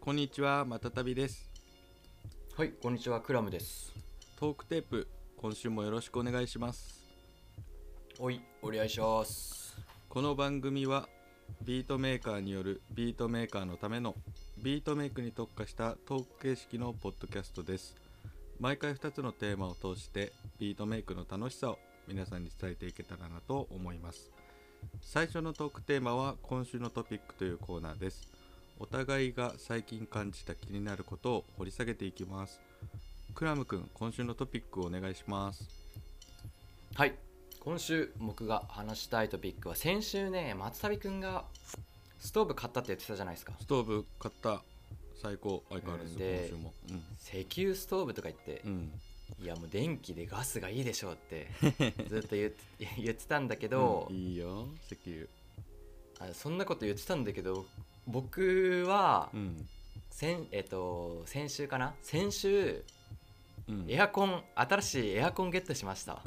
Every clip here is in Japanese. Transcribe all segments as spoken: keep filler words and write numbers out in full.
こんにちは、またたびです。 はい、こんにちは、クラムです。 トークテープ、今週もよろしくお願いします。 おい、お願いします。 この番組はビートメーカーによるビートメーカーのためのビートメイクに特化したトーク形式のポッドキャストです。毎回ふたつのテーマを通してビートメイクの楽しさを皆さんに伝えていけたらなと思います。最初のトークテーマは今週のトピックというコーナーです。お互いが最近感じた気になることを掘り下げていきます。クラム君、今週のトピックをお願いします。 はい、今週僕が話したいトピックは、先週ね、松旅くんがストーブ買ったって言ってたじゃないですか。 ストーブ買った。最高。相変わらず、 うんで今週も、うん、 石油ストーブとか言って、 うん、 いやもう電気でガスがいいでしょうってずっと言って言ってたんだけど、 うん、いいよ石油。 あそんなこと言ってたんだけど、僕は、 うん、 先えっと先週かな先週うん、 エアコン新しいエアコンゲットしました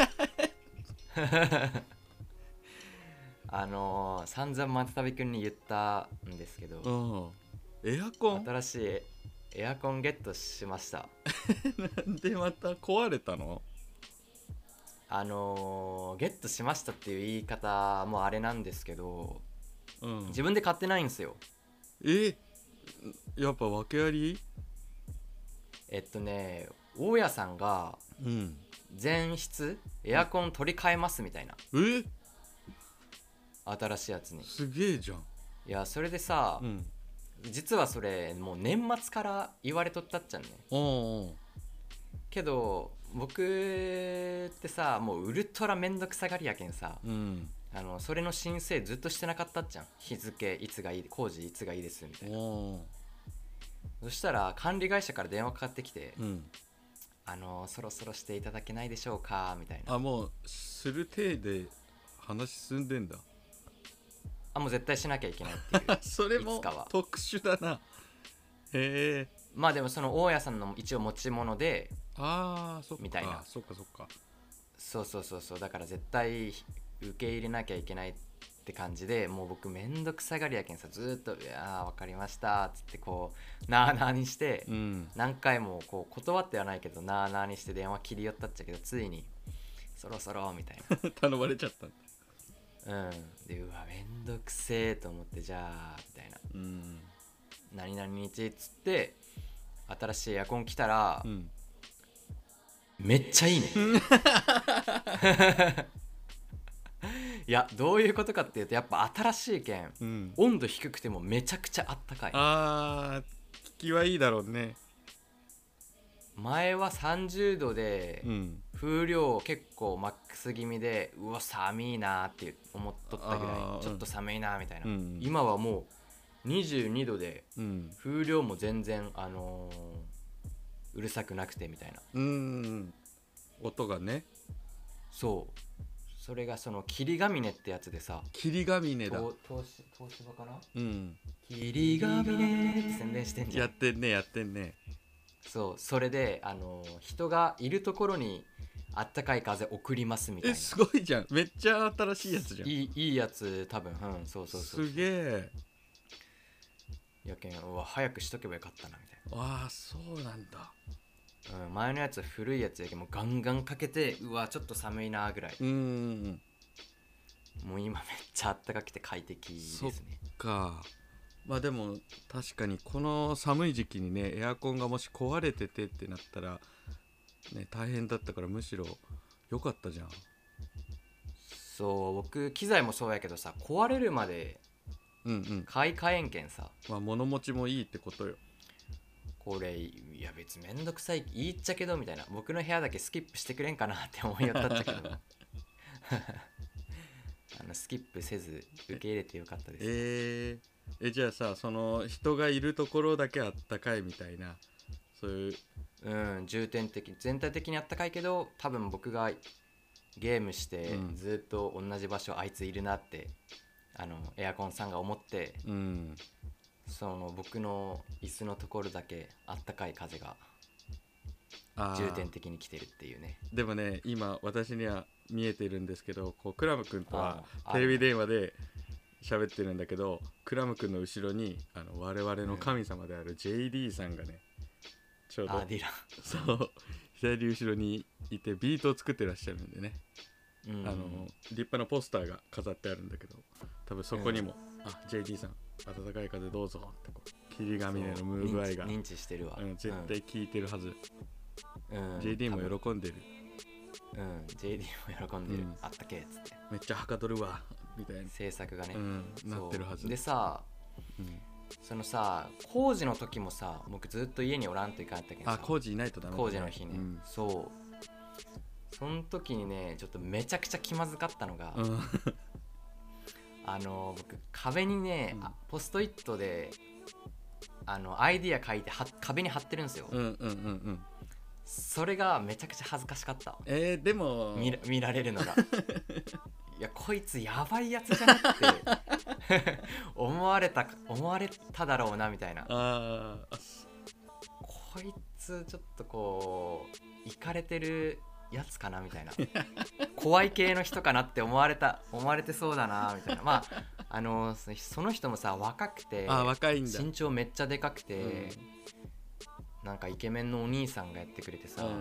あのー、散々松旅くんに言ったんですけど、 うん、エアコン新しいエアコンゲットしました。 なんでまた壊れたの？ あのー、ゲットしましたっていう言い方もあれなんですけど、 うん、 自分で買ってないんですよ。 えやっぱ訳あり？ えっとね大家さんがうん、 全室エアコン取り替えますみたいな、 え新しいやつに。 すげえじゃん。 いやそれでさ、 うん、 実はそれもう年末から言われとったっちゃんね。 おうけど僕ってさ、もうウルトラめんどくさがりやけんさ、 うん、 あのそれの申請ずっとしてなかったっちゃん。日付いつがいい、工事いつがいいですみたいな。 おうそしたら管理会社から電話かかってきて、 うん、 あのそろそろしていただけないでしょうかみたいな。 あ、もうする体で話進んでんだ。 あ、もう絶対しなきゃいけないっていう。 それもいつかは。 特殊だな。へえ。 まあでもその大家さんの一応持ち物で、 ああ、そっかみたいな。 そっかそっか。 そうそうそうそう、だから絶対受け入れなきゃいけないって感じで、もう僕めんどくさがりやけんさ、ずーっと「いやー分かりました」っつってこうなあなあにして、 うん、 何回もこう断ってはないけどなあなあにして電話切り寄ったっちゃけど、ついにそろそろみたい頼まれちゃったんだ。 な。うんで、うわめんどくせえと思って、じゃあみたいな、 うん、 何々日っつって新しいエアコン来たら、 うん、 めっちゃいいねいやどういうことかっていうと、やっぱ新しいけん、 うん、 温度低くてもめちゃくちゃあったかい。 あー、効きはいいだろうね。 前はさんじゅうどで、 うん、 風量結構マックス気味で、うわ寒いなって思っとったぐらあーい、ちょっと寒いなみたいな、 うん、 今はもうにじゅうにどで、 うん、 風量も全然あのー、うるさくなくてみたいな。 うん、音がね。 そうそれがその霧ヶ峰ってやつでさ、 霧ヶ峰だ。 東東芝東芝かな、 うん、 霧ヶ峰って宣伝してんじゃん。 やってんねやってんね。 そうそれで、あのー人がいるところにあったかい風送りますみたいな。 え、すごいじゃん。めっちゃ新しいやつじゃん。 いいいいやつ多分。うんそうそうそう。 すげえ。 やけん、うわ早くしとけばよかったなみたいああ、そうなんだ。 な。うん、前のやつ古いやつやけん、もうガンガンかけて、うわちょっと寒いなぐらい。 うーん、 もう今めっちゃあったかくて快適ですそっね。 か。まあでも確かにこの寒い時期にね、エアコンがもし壊れててってなったらね、大変だったから、むしろ良かったじゃん。 そう僕機材もそうやけどさ、壊れるまでうんうん。 買い替えんけんさ、 まあ物持ちもいいってことよ。 これいや別にめんどくさい言いっちゃけどみたいな、僕の部屋だけスキップしてくれんかなって思いよったっちゃけどあのスキップせず受け入れてよかったです。 えー、えじゃあさ、その人がいるところだけあったかいみたいな、そういう。 うん重点的全体的にあったかいけど、多分僕がゲームしてうんずっと同じ場所あいついるなって、あのエアコンさんが思って、 うん、 その僕の椅子のところだけあったかい風があ重点的に来てるっていうね。 でもね、今私には見えてるんですけど、こうクラム君とはあテレビ電話で喋ってるんだけど、クラム君の後ろにあの我々の神様である ジェイディー さんがね、ちょうどあディランそう左後ろにいてビートを作ってらっしゃるんでね、 うん、 あの立派なポスターが飾ってあるんだけど、多分そこにも、うん、あ ジェイディー さん暖かい風どうぞってこう霧ヶ峰のムーブアイが認知してるわ、 うん、絶対聞いてるはず、 うん、 ジェイディー も喜んでる、 うん、ジェイディー も喜んでる、うん、あったけっつってめっちゃはかどるわみたいな制作がね、 うん、なってるはずでさ、うん、そのさ工事の時もさ僕ずっと家におらんといかんやったけどさ、 あ工事いないとダメだ、ね、 工事の日に、うん、そうその時にねちょっとめちゃくちゃ気まずかったのが、うん、あの僕壁にね、うん、ポストイットであのアイディア書いては壁に貼ってるんですよ、 うんうんうんうん、 それがめちゃくちゃ恥ずかしかった。 えー、でも見, 見られるのがいやこいつやばいやつじゃなくて思われた思われただろうなみたいな、 あこいつちょっとこうイカれてるやつかなみたいな怖い系の人かなって思われた思われてそうだなみたいな、まああのその人もさ若くて、 あ若いんだ、 身長めっちゃでかくて、 うん、 なんかイケメンのお兄さんがやってくれてさ、うん、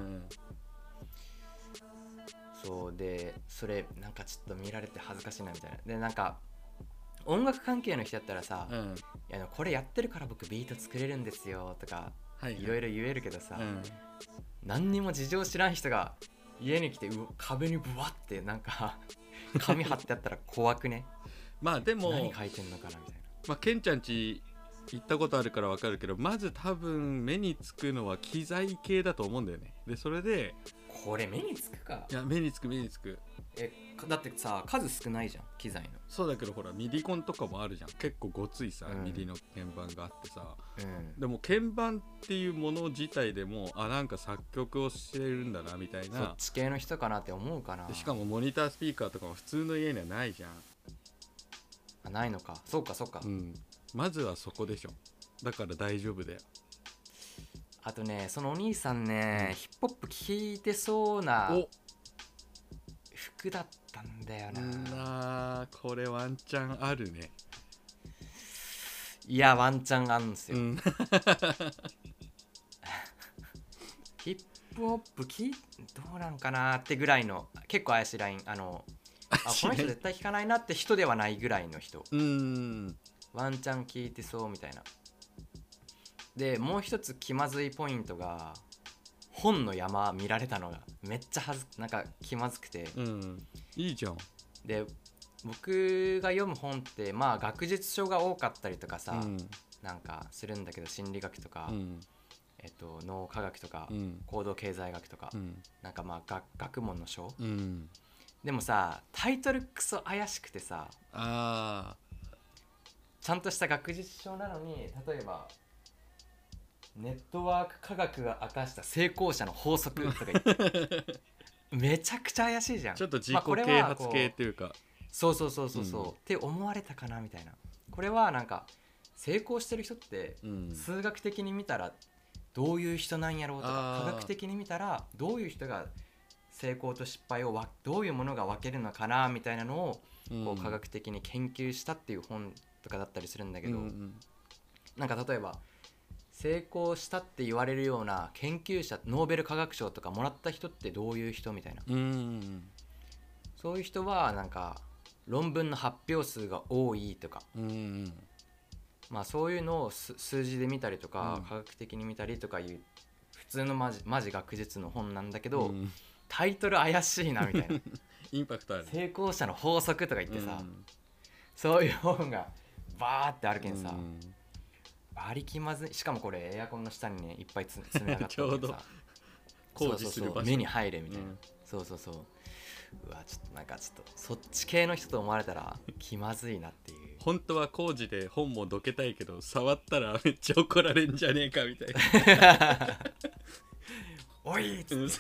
そうでそれなんかちょっと見られて恥ずかしいなみたいな、でなんか音楽関係の人やったらさ、うん、いやこれやってるから僕ビート作れるんですよとか、はいはい、いろいろ言えるけどさ、うん、何にも事情知らん人が家に来てう壁にブワってなんか紙貼ってあったら怖くねまあでも何書いてんのかなみたいな、 まあケンちゃんち行ったことあるから分かるけど、まず多分目につくのは機材系だと思うんだよね。でそれでこれ目につくか、 いや目につく目につく、 えだってさ数少ないじゃん機材の。 そうだけどほらミディコンとかもあるじゃん、結構ごついさ、うん、ミディの鍵盤があってさ、うん、でも鍵盤っていうもの自体でもあなんか作曲をしてるんだなみたいな、 そっち系の人かなって思うかな。 でしかもモニタースピーカーとかも普通の家にはないじゃん。 あないのか、そうかそうか、 うん、まずはそこでしょ、だから大丈夫だよ。 あとねそのお兄さんね、うん、ヒップホップ聴いてそうな服だったんだよな。 なこれワンチャンあるね。 いやワンチャンあるんですよ、うん、ヒップホップきどうなんかなってぐらいの結構怪しいライン、あのあこの人絶対聴かないなって人ではないぐらいの人、 うーんワンチャン聴いてそうみたいな。でもう一つ気まずいポイントが本の山見られたのがめっちゃはずなんか気まずくて、 うん、いいじゃん。 で僕が読む本ってまあ学術書が多かったりとかさ、うん、なんかするんだけど心理学とか、うん、えっと、脳科学とか、うん、行動経済学とか、うん、なんかまあ学、学問の書、うん、でもさタイトルクソ怪しくてさ、 あちゃんとした学術書なのに例えばネットワーク科学が明かした成功者の法則とか言ってめちゃくちゃ怪しいじゃん。 ちょっと自己啓発系っていうか、まあ、 そうそうそうそうそう、うん、って思われたかなみたいな。これはなんか成功してる人って数学的に見たらどういう人なんやろうとか、科学的に見たらどういう人が成功と失敗をわどういうものが分けるのかなみたいなのをこう科学的に研究したっていう本とかだったりするんだけど、うんうん、なんか例えば成功したって言われるような研究者、ノーベル化学賞とかもらった人ってどういう人みたいな、 うんうん、 そういう人はなんか論文の発表数が多いとか、 うんうん、 まあそういうのを数字で見たりとか、うん、科学的に見たりとかいう普通のマジ、マジ学術の本なんだけど、うん、タイトル怪しいなみたいなインパクトある。 成功者の法則とか言ってさ、うん、そういう本がバーってあるけんさ、うんバリ気まずい。しかもこれエアコンの下にねいっぱいつ積み上がってちょうど工事する場所、 そうそうそう目に入れみたいな、うん、そうそうそううわちょっとなんかちょっとそっち系の人と思われたら気まずいなっていう本当は工事で本もどけたいけど触ったらめっちゃ怒られんじゃねえかみたいなおいっつって、うん、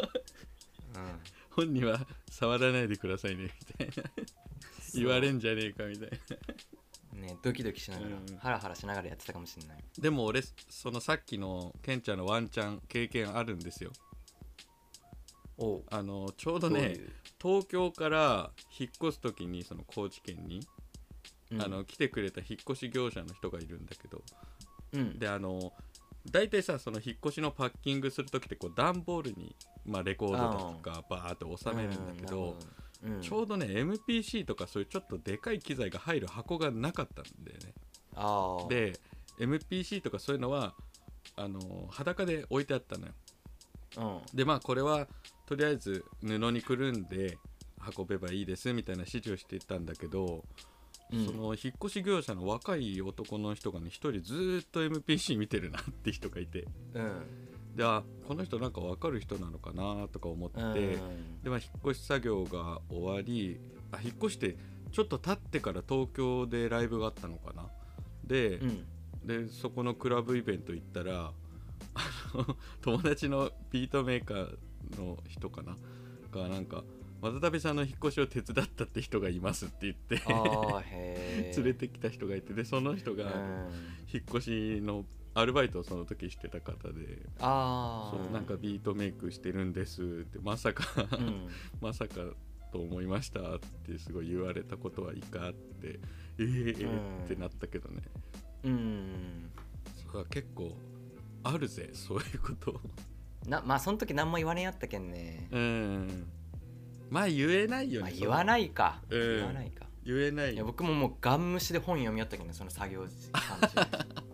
本には触らないでくださいねみたいな言われんじゃねえかみたいなね、ドキドキしながら、うん、ハラハラしながらやってたかもしれない。 でも俺そのさっきのケンちゃんのワンチャン経験あるんですよ。 おあのちょうどね東京から引っ越す時にその高知県にうん、 あの来てくれた引っ越し業者の人がいるんだけど、 うん、 であの大体さその引っ越しのパッキングする時ってこう段ボールに、まあ、レコードだとかバーって収めるんだけど、 うんうん、 ちょうどね エムピーシー とかそういうちょっとでかい機材が入る箱がなかったんだよね。 あで エムピーシー とかそういうのはあの裸で置いてあったのよ。 うん、 でまあこれはとりあえず布にくるんで運べばいいですみたいな指示をしていったんだけど、うん、その引っ越し業者の若い男の人がね一人ずーっと エムピーシー 見てるなって人がいて、 うん、 であこの人なんか分かる人なのかなとか思って、うん、でまあ引っ越し作業が終わり、あ引っ越してちょっと経ってから東京でライブがあったのかな。で、うん、でそこのクラブイベント行ったらあの友達のビートメーカーの人かながなんか渡辺さんの引っ越しを手伝ったって人がいますって言って連れてきた人がいて、でその人が引っ越しのアルバイトをその時してた方で、 あそうなんかビートメイクしてるんですってまさか、うん、まさかと思いましたってすごい言われたことはいかってえー、えー、ってなったけどね、 うん、 それは結構あるぜそういうことな。まあその時何も言わねえやったけんね。 うんまあ言えないよね、 まあ、言わないか、 うん、 言わないか言えないよ。 いや僕ももうガン無視で本読みよったけどねその作業時間中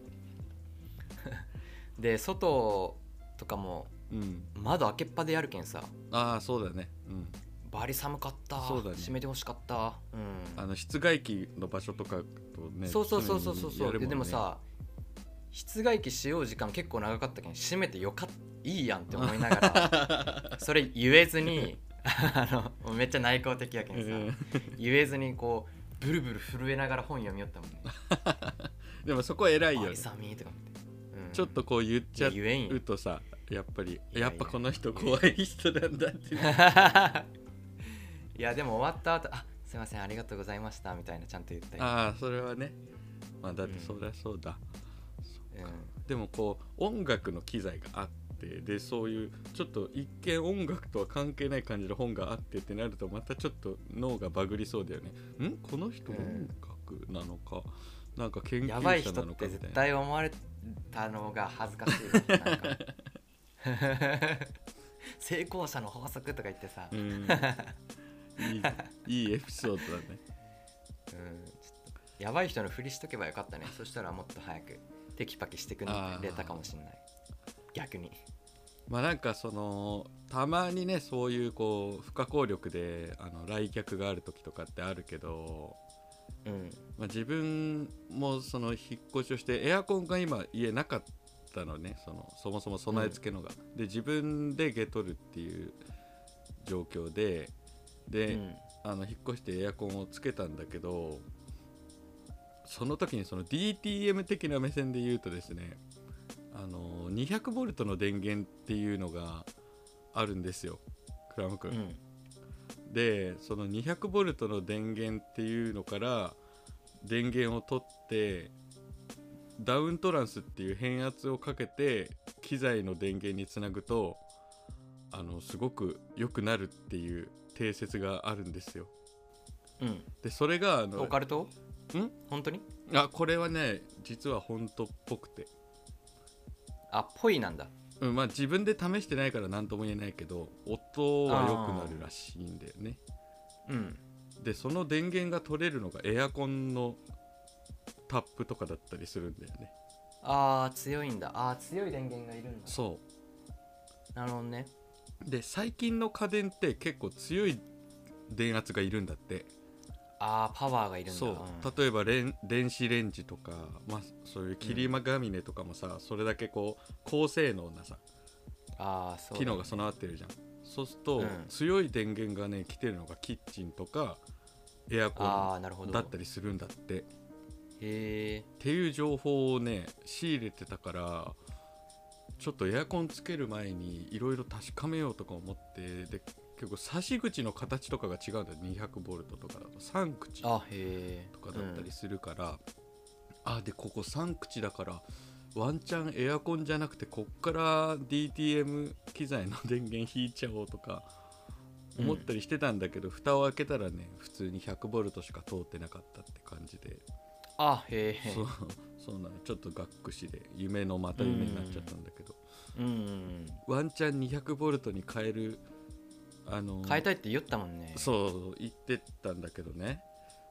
で外とかも、うん、窓開けっぱでやるけんさ。 ああそうだね、うん、 バリ寒かった。 そうだね、 閉めてほしかった、 うん、あの室外機の場所とかとね。 そうそうそうそうそうそう、ね、で, でもさ室外機使用時間結構長かったけん閉めてよかったいいやんって思いながらそれ言えずにあのめっちゃ内向的やけんさ、うん、言えずにこうブルブル震えながら本読みよったもんねでもそこ偉いよね。 寒いとかって、 うん、ちょっとこう言っちゃうとさやっぱりやっぱこの人怖い人なんだっていやでも終わった後あすいませんありがとうございましたみたいなちゃんと言ったり。 ああそれはね、まあ、だってそりゃそうだ、うん、そでもこう音楽の機材があってでそういうちょっと一見音楽とは関係ない感じの本があってってなるとまたちょっと脳がバグりそうだよね。んこの人音楽なのか、うん、なんか研究者なのかみたいな。 やばい人って絶対思われたのが恥ずかしいなんか成功者の法則とか言ってさ、うん、 いい、いいエピソードだね、うん、ちょっとやばい人のふりしとけばよかったね。そしたらもっと早くテキパキしてくれたかもしれない。逆にまあなんかそのたまにねそういうこう不可抗力であの来客がある時とかってあるけど、うんまあ、自分もその引っ越しをしてエアコンが今家なかったのね。そのそもそも備え付けのが、うん、で自分でゲ取るっていう状況でで、うん、あの引っ越してエアコンをつけたんだけどその時にその ディーティーエム 的な目線で言うとですねあのにひゃくボルトの電源っていうのがあるんですよクラム君、うん、でそのにひゃくボルトの電源っていうのから電源を取ってダウントランスっていう変圧をかけて機材の電源につなぐとあのすごく良くなるっていう定説があるんですよ、うん、でそれがあのオカルト？ ん？ 本当に？ あこれはね実は本当っぽくてあぽいなんだ、 うんまあ、自分で試してないから何とも言えないけど音は良くなるらしいんだよね。うんでその電源が取れるのがエアコンのタップとかだったりするんだよね。 あー強いんだ。あー強い電源がいるんだ。 そうなるほどね。 で最近の家電って結構強い電圧がいるんだって。 あーパワーがいるんだ。 そう、うん、例えばレン電子レンジとか、まあ、そういうキリマガミネとかもさ、うん、それだけこう高性能なさあーそうだね、 機能が備わってるじゃん。そうすると、うん、強い電源がね来てるのがキッチンとかエアコンだったりするんだって。 へーっていう情報をね仕入れてたからちょっとエアコンつける前にいろいろ確かめようとか思ってで結構差し口の形とかが違うんだよ。にひゃくボルトとかだとさん口とかだったりするから、あ、うん、あでここさん口だからワンチャンエアコンじゃなくてこっから ディーティーエム 機材の電源引いちゃおうとか思ったりしてたんだけど、うん、蓋を開けたらね普通にひゃくボルトしか通ってなかったって感じで、 あへえそうそうなの、ちょっとがっくしで夢のまた夢になっちゃったんだけど、 うんうん、 ワンチャンにひゃくボルトに変えるあの変えたいって言ったもんね。 そう言ってたんだけどね、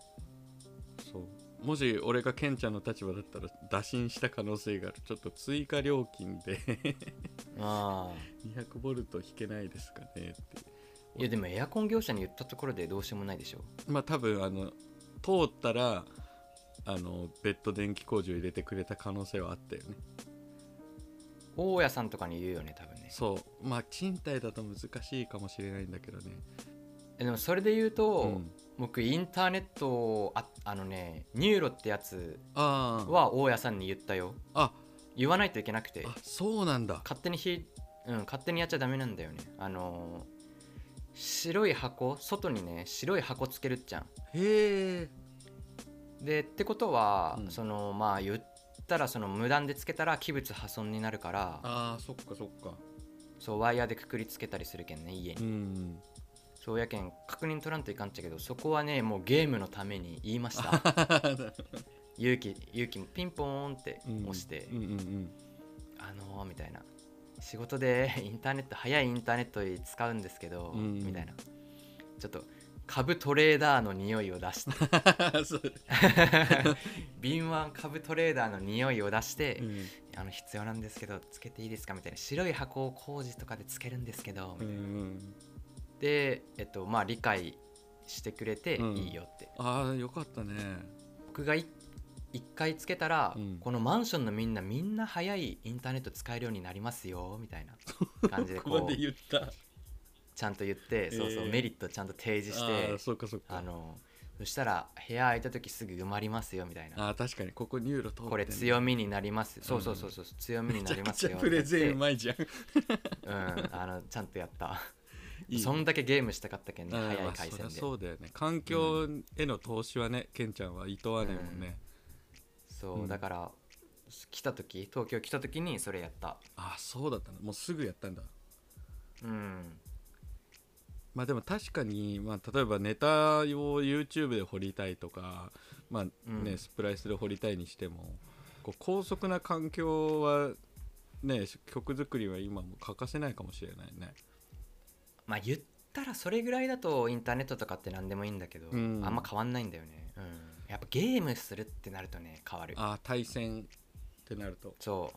そうもし俺がケンちゃんの立場だったら打診した可能性がある。ちょっと追加料金であにひゃくボルト引けないですかねって。 いやでもエアコン業者に言ったところでどうしようもないでしょ。 まあ多分あの通ったらあの別途電気工事を入れてくれた可能性はあったよね。 大家さんとかに言うよね多分ね。 そうまあ賃貸だと難しいかもしれないんだけどね。 でもそれで言うと、うん、僕インターネット あ, あのねニューロってやつは大家さんに言ったよ。 あ言わないといけなくて。 あそうなんだ。 勝手にひ、うん、勝手にやっちゃダメなんだよね。あのー白い箱、外にね白い箱つけるっちゃん。 へえ。 でってことは、うん、そのまあ言ったらその無断でつけたら器物破損になるから。 あーそっかそっか。 そうワイヤーでくくりつけたりするけんね家に、うん、そうやけん確認取らんといかんっちゃけど、そこはねもうゲームのために言いました勇気勇気もピンポーンって押して、うんうんうんうん、あのーみたいな、仕事でインターネット早いインターネットで使うんですけど、うん、みたいな、ちょっと株トレーダーの匂いを出して敏腕株トレーダーの匂いを出して、うん、あの必要なんですけどつけていいですかみたいな、白い箱を工事とかでつけるんですけどみたいな、うん、でえっとまあ理解してくれていいよって、 うん、ああよかったね。 僕が一回つけたら、うん、このマンションのみんなみんな早いインターネット使えるようになりますよみたいな感じでこうここまで言ったちゃんと言って、そうそう、えー、メリットちゃんと提示して、 あそうかそうか、 あのそしたら部屋空いた時すぐ埋まりますよみたいな。 あ確かにここニューロ通って、ね、 これ強みになります、うん、そうそうそうそう強みになりますよ。 めちゃくちゃプレゼンうまいじゃんうんあのちゃんとやったいい、そんだけゲームしたかったけんね、早い回線で。 そうだよね、環境への投資はね、ケンちゃんはいとわねえもんね、 うん、そう、うん、だから来た時東京来た時にそれやった。 あそうだったの、もうすぐやったんだ。 うん、 まあでも確かに、まあ、例えばネタを YouTube で掘りたいとか、まあねうん、スプライスで掘りたいにしてもこう高速な環境はね、曲作りは今も欠かせないかもしれないね。 まあ言ったらそれぐらいだとインターネットとかって何でもいいんだけど、うん、あんま変わんないんだよね、うん、やっぱゲームするってなるとね変わる。 あ対戦ってなるとそう、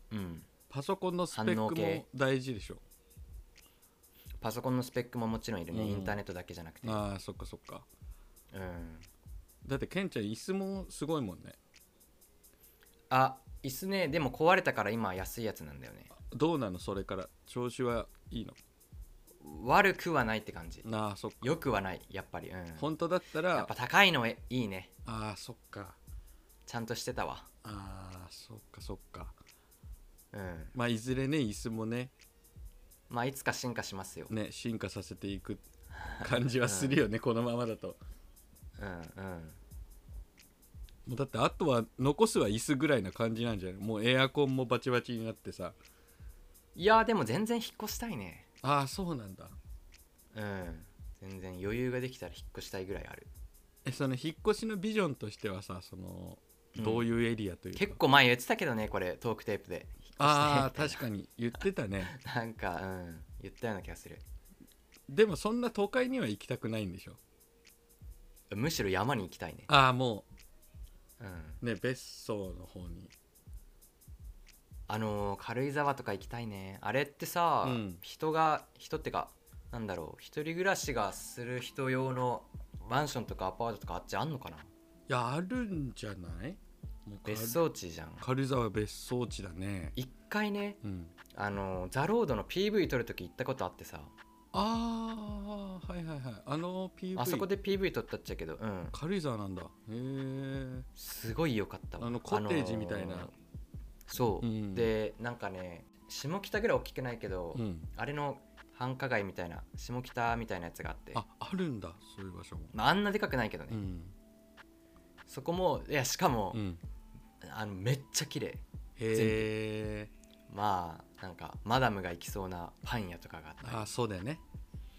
うん、 パソコンのスペックも大事でしょ。 パソコンのスペックももちろんいるね、うん、インターネットだけじゃなくて。 ああそっかそっか、 うん、 だってケンちゃん椅子もすごいもんね。 あ椅子ね、でも壊れたから今安いやつなんだよね。 どうなのそれから調子はいいの？ 悪くはないって感じ。 あそっか、 よくはないやっぱり、うん、 本当だったらやっぱ高いのいいね。 あそっか、 ちゃんとしてたわ。 あそっかそっか、 うん、 まあいずれね椅子もね、 まあいつか進化しますよね、進化させていく感じはするよね、うん、このままだと。 うんうん、 もうだってあとは残すは椅子ぐらいな感じなんじゃない？もうエアコンもバチバチになってさ。 いやでも全然引っ越したいね。 ああそうなんだ。 うん全然余裕ができたら引っ越したいぐらいある。 えその引っ越しのビジョンとしてはさ、そのどういうエリアというか、 うん、結構前言ってたけどねこれトークテープで。 ああ確かに言ってたねなんかうん言ったような気がする。 でもそんな都会には行きたくないんでしょ？ むしろ山に行きたいね。 ああもう、うん、ね別荘の方に、 あのー、軽井沢とか行きたいね。あれってさ、うん、人が人ってかなんだろう、一人暮らしがする人用のマンションとかアパートとかあっちあんのかな？いやあるんじゃない？ 別荘地じゃん。 軽井沢別荘地だね。 一回ね、 うん、 あのザロードの ピーブイ 撮るとき行ったことあってさ。 ああはいはいはい、あの ピーブイあそこで ピーブイ 撮ったっちゃけど、うん、 軽井沢なんだ。へえ、 すごい良かったわ。 あのコテージみたいな、あのー、 そう、うん、でなんかね下北ぐらい大きくないけど、うん、あれの繁華街みたいな下北みたいなやつがあって、 ああるんだそういう場所も、 まあ、あんなでかくないけどね、 うん、 そこもいやしかも、 うん、 あのめっちゃ綺麗。へえ。 まあなんかマダムが行きそうなパン屋とかがあったり。 あそうだよね。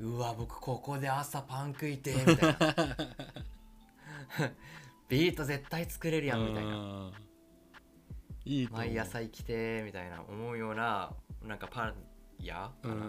うわ僕ここで朝パン食いてみたいなビート絶対作れるやんみたいな、 いいと思う。 毎朝生きてみたいな思うようななんかパン屋かな、うんうん、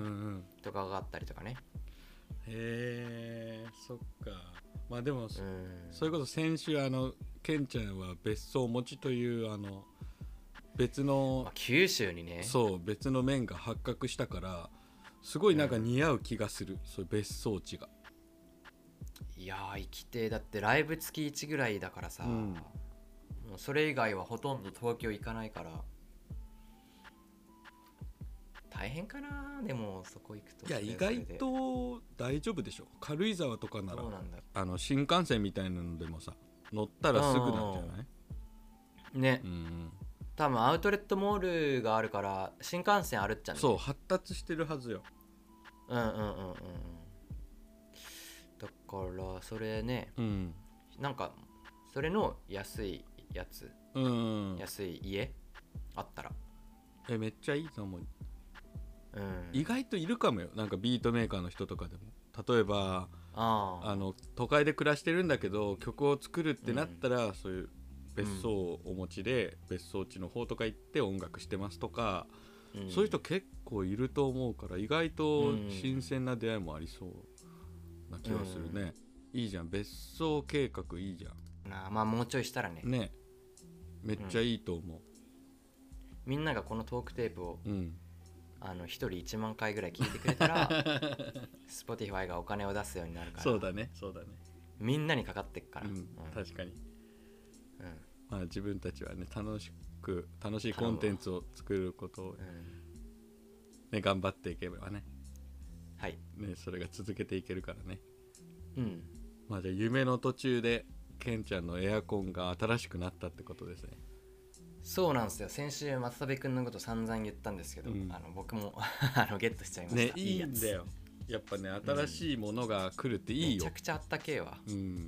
とかがあったりとかね。 へえ、そっか。まあでも、うん、それこそ先週あのケンちゃんは別荘持ちというあの別の、 まあ、九州にね、 そう別の面が発覚したからすごいなんか似合う気がする、うん、そういう別荘地が。 いやー生きてだってライブ月いちぐらいだからさ、うん、もうそれ以外はほとんど東京行かないから大変かな。でもそこ行くといや意外と大丈夫でしょ。軽井沢とかならあの新幹線みたいなのでもさ乗ったらすぐなんじゃないね、うん、多分アウトレットモールがあるから新幹線あるっちゃね。 そう発達してるはずよ。 うんうんうんうんだからそれね、うん、なんかそれの安いやつ、うんうん、安い家あったらえめっちゃいいと思う、うん、意外といるかもよ。なんかビートメーカーの人とかでも例えば あ, あの都会で暮らしてるんだけど曲を作るってなったら、うん、そういう別荘をお持ちで、うん、別荘地の方とか行って音楽してますとか、うん、そういう人結構いると思うから意外と新鮮な出会いもありそうな気がするね、うん、いいじゃん別荘計画いいじゃん。 なあまあもうちょいしたらねねめっちゃいいと思う、うん、 みんながこのトークテープを、うん、あのひとりいちまんかいぐらい聞いてくれたらSpotify がお金を出すようになるから。 そうだねそうだねみんなにかかってっから、うんうん、 確かに、うんまあ、自分たちはね楽しく楽しいコンテンツを作ることを、ね、頑張っていけばねはいねそれが続けていけるからね。 うんまあじゃあ夢の途中でケンちゃんのエアコンが新しくなったってことですね。 そうなんですよ。先週松田部君のこと散々言ったんですけど、うん、あの僕もあのゲットしちゃいました。 ねいいんだよやっぱね新しいものが来るっていいよ、うん、 めちゃくちゃあったけえわ、 うん、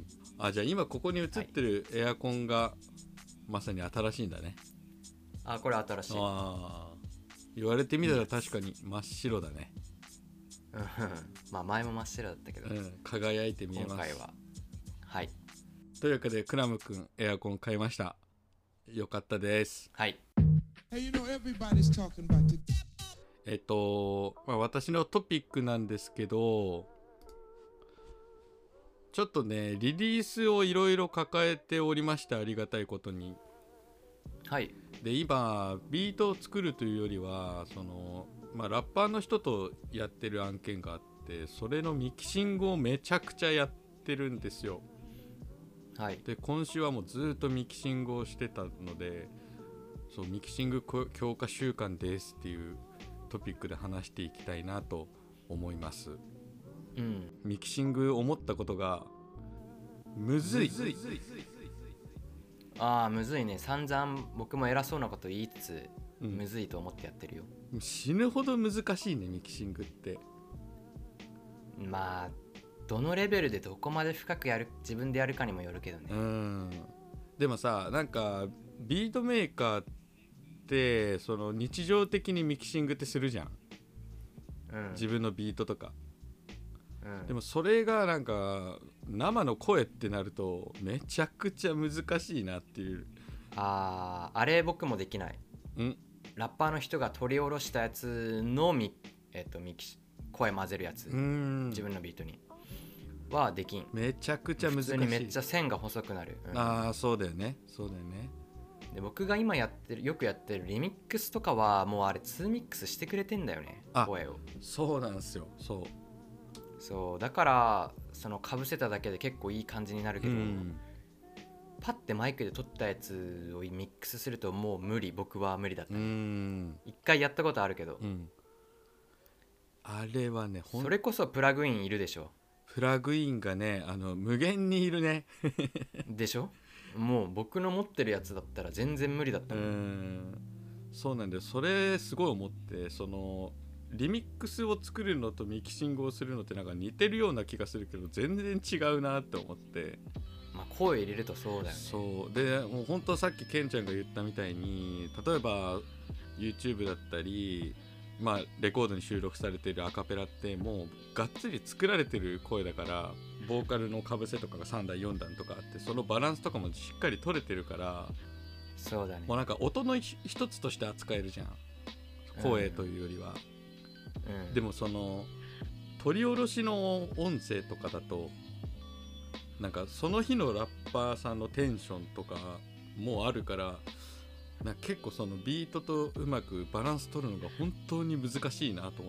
あじゃあ今ここに映ってるエアコンがまさに新しいんだね。 あこれ新しい。 あ言われてみたら確かに真っ白だね。 うんまあ前も真っ白だったけど、うん、 輝いて見えます。 今回ははいというわけでクラムくんエアコン買いました。よかったです。 はい。 えっと、まあ、私のトピックなんですけど、ちょっとねリリースをいろいろ抱えておりましてありがたいことに。 はい。 で今ビートを作るというよりはその、まあ、ラッパーの人とやってる案件があってそれのミキシングをめちゃくちゃやってるんですよ。 はい、 で今週はもうずっとミキシングをしてたのでそうミキシング強化週間ですっていうトピックで話していきたいなと思います、うん、ミキシング思ったことがむずいああむずいね。散々僕も偉そうなこと言いつつ、うん、むずいと思ってやってるよ。 死ぬほど難しいねミキシングって。 まあどのレベルでどこまで深くやる自分でやるかにもよるけどね。 うんでもさなんかビートメーカーってその日常的にミキシングってするじゃん、うん、自分のビートとか、うん、でもそれがなんか生の声ってなるとめちゃくちゃ難しいなっていう。 あーあれ僕もできない。んラッパーの人が取り下ろしたやつのミ、えっと、ミキ声混ぜるやつ自分のビートにはできん。 めちゃくちゃ難しい。 普通にめっちゃ線が細くなる、 うん、ああそうだよねそうだよね。 で僕が今やってるよくやってるリミックスとかはもうあれツーミックスしてくれてんだよね声を。 そうなんですよ。そうそうだからその被せただけで結構いい感じになるけど、うん、パッてマイクで撮ったやつをミックスするともう無理。僕は無理だった。うん一回やったことあるけど、うん、 あれはねほんそれこそプラグインいるでしょ。 プラグインがねあの無限にいるねでしょ。もう僕の持ってるやつだったら全然無理だったもん。うーんそうなんだよ。それすごい思ってそのリミックスを作るのとミキシングをするのってなんか似てるような気がするけど全然違うなって思って。 まあ声入れるとそうだよね。 そうでもう本当さっきケンちゃんが言ったみたいに例えば YouTube だったりまあレコードに収録されているアカペラってもうがっつり作られてる声だから、ボーカルのかぶせとかがさんだんよんだんとかあって、そのバランスとかもしっかり取れてるから、 そうだね、 もうなんか音の一つとして扱えるじゃん、声というよりは、うん、でもその取り下ろしの音声とかだとなんかその日のラッパーさんのテンションとかもあるから、なんか結構そのビートとうまくバランス取るのが本当に難しいなと思って、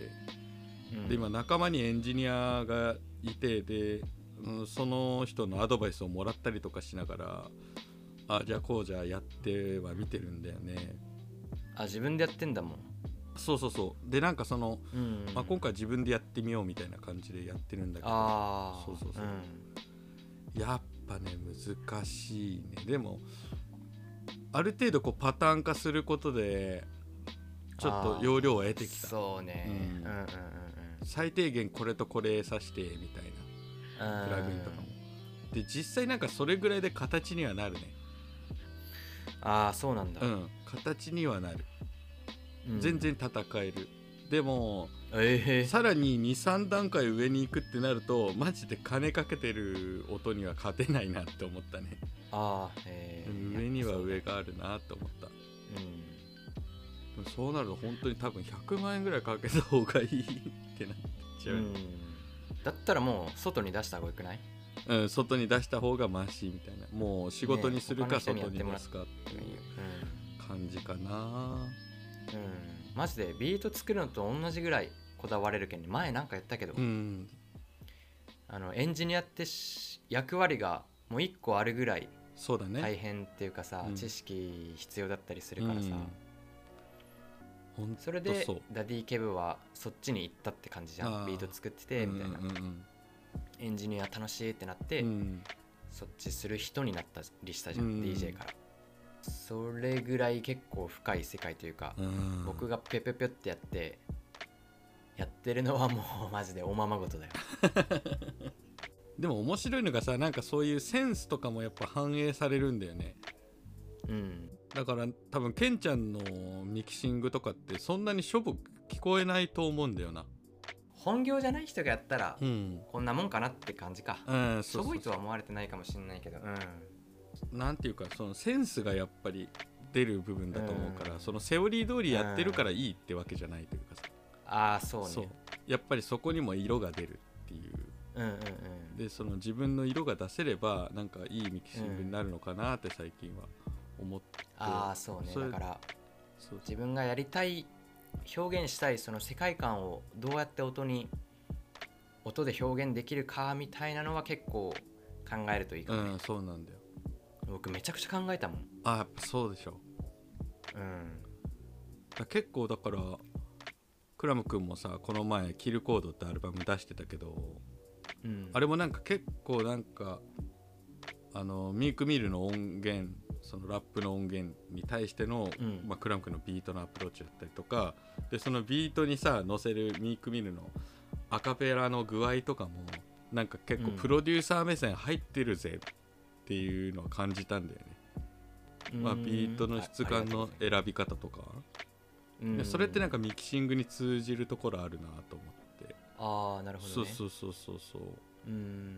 うん、で今仲間にエンジニアがいて、で、うん、その人のアドバイスをもらったりとかしながら、あじゃあこうじゃやっては見てるんだよね。 あ自分でやってんだもん。 そうそうそう。でなんかその、うんまあ、今回自分でやってみようみたいな感じでやってるんだけど、 あそうそうそう、うん、やっぱね難しいね。でもある程度こうパターン化することでちょっと容量を得てきた。 そうね、うんうんうんうん、 最低限これとこれさしてみたいなプラグインとかもで、実際なんかそれぐらいで形にはなるね。 ああそうなんだ。 うん形にはなる、うん、全然戦える。でも、 えー、 さらに にさん 段階上に行くってなるとマジで金かけてる音には勝てないなって思ったね。 あー、えー、上には上があるなって思った。うん、でもそうなると本当に多分ひゃくまんえんぐらいかけた方がいいってなっちゃう、うん、 だったらもう外に出した方がよくない？ うん、外に出した方がマシみたいな、もう仕事にするか外に出すかっていう感じかな。 うん、マジでビート作るのと同じぐらいこだわれるけんね。前なんか言ったけど、うん、あのエンジニアって役割がもういっこあるぐらい大変っていうかさ、 うん、 知識必要だったりするからさ、 うん、 それでダディケブはそっちに行ったって感じじゃん。ビート作っててみたいな、うんうんうん、エンジニア楽しいってなって、うん、そっちする人になったりしたじゃん、うん、ディージェー から。それぐらい結構深い世界というか、うん、僕がペペペってやってやってるのはもうマジでおままごとだよでも面白いのがさ、なんかそういうセンスとかもやっぱ反映されるんだよね。うんだから多分ケンちゃんのミキシングとかってそんなにしょぼ聞こえないと思うんだよな。 本業じゃない人がやったら、うん、こんなもんかなって感じか、うん、そうそうそう、しょぼいとは思われてないかもしれないけど、 うん、なんていうかそのセンスがやっぱり出る部分だと思うから、うん、そのセオリー通りやってるからいいってわけじゃないというかさ、 うん、ああそうね、そうやっぱりそこにも色が出るっていう、うんうんうん、でその自分の色が出せればなんかいいミキシングになるのかなって最近は思って、 うん、ああそうね、だからそう自分がやりたい表現したいその世界観をどうやって音に音で表現できるかみたいなのは結構考えるといいかもね。 うん、そうなんだよ。 僕めちゃくちゃ考えたもん。 あ、やっぱそうでしょ。うん。だ結構だからクラム君もさ、この前キルコードってアルバム出してたけど、うん、あれもなんか結構なんかあのミークミルの音源、そのラップの音源に対しての、うんまあ、クラム君のビートのアプローチだったりとかで、そのビートにさ乗せるミークミルのアカペラの具合とかもなんか結構プロデューサー目線入ってるぜっていうのは感じたんだよね、うんまあ、ビートの質感の選び方とか、うん、それってなんかミキシングに通じるところあるなと思って。 ああなるほどね。 そうそうそうそうそう、うん、